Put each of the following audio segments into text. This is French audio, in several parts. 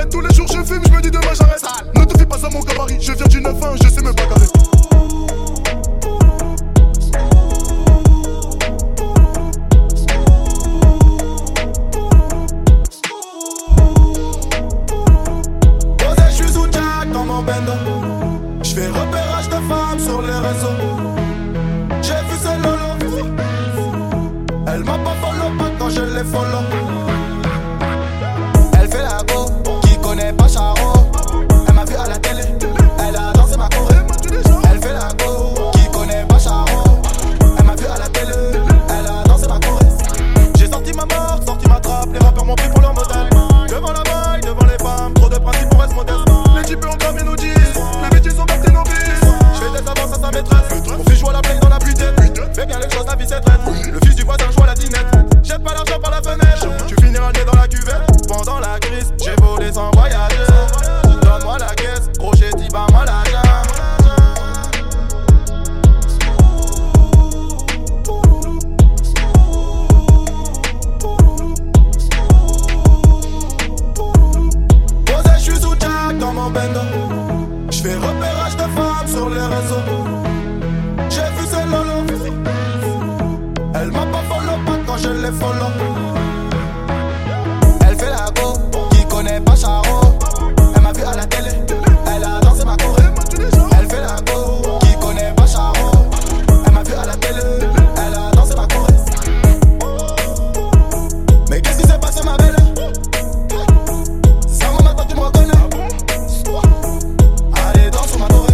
cigarette. Tous les jours je fume, je me dis demain j'arrête. Ne te fie pas à mon gabarit, je viens du 9-1, je sais me bagarrer. J'fais repérage de femmes sur les réseaux. J'ai vu ces lolo. Elle m'a pas follow pas quand je les follow. Elle fait la go, qui connaît pas Charo. Elle m'a vu à la télé, elle a dansé ma choré. Elle fait la go, qui connaît pas Charo. Elle m'a vu à la télé, elle a dansé ma choré. J'ai sorti ma marque, sorti ma trappe. Les rappeurs m'ont pris pour leur modèle. Devant la maille, devant les femmes, trop de principes pour être modeste. Les types ont dormi nos 10. Sa maîtresse, mon fils joue à la play dans la pluie tête. Fais bien les choses, la vie c'est traite. Le fils du voisin joue à la dinette. Jette pas l'argent par la fenêtre. Tu finiras le nez dans la cuvette. Pendant la crise, j'ai volé sans voyager. Donne-moi la caisse, gros j'ai dit bah moi la gamme. Posé, j'suis sous Jack dans mon bendo. J'fais repérage de femmes sur les réseaux. J'ai vu ces lolo. Elle m'a pas follow pas quand je les follow. Elle fait la go, qui connaît pas Charo. Elle m'a vu à la télé, elle a dansé ma choré. Elle fait la go, qui connaît pas Charo. Elle m'a vu à la télé, elle a dansé ma choré. Mais qu'est-ce qui s'est passé ma belle? Ça m'a maintenant tu me reconnais. Allez danse sur ma choré.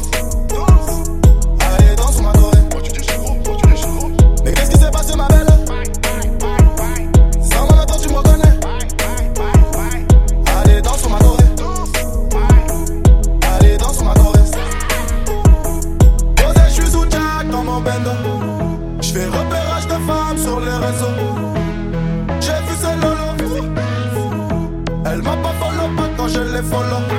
J'fais repérage de femmes sur les réseaux. J'ai vu ces lolo. Elle m'a pas follow pas quand je les follow.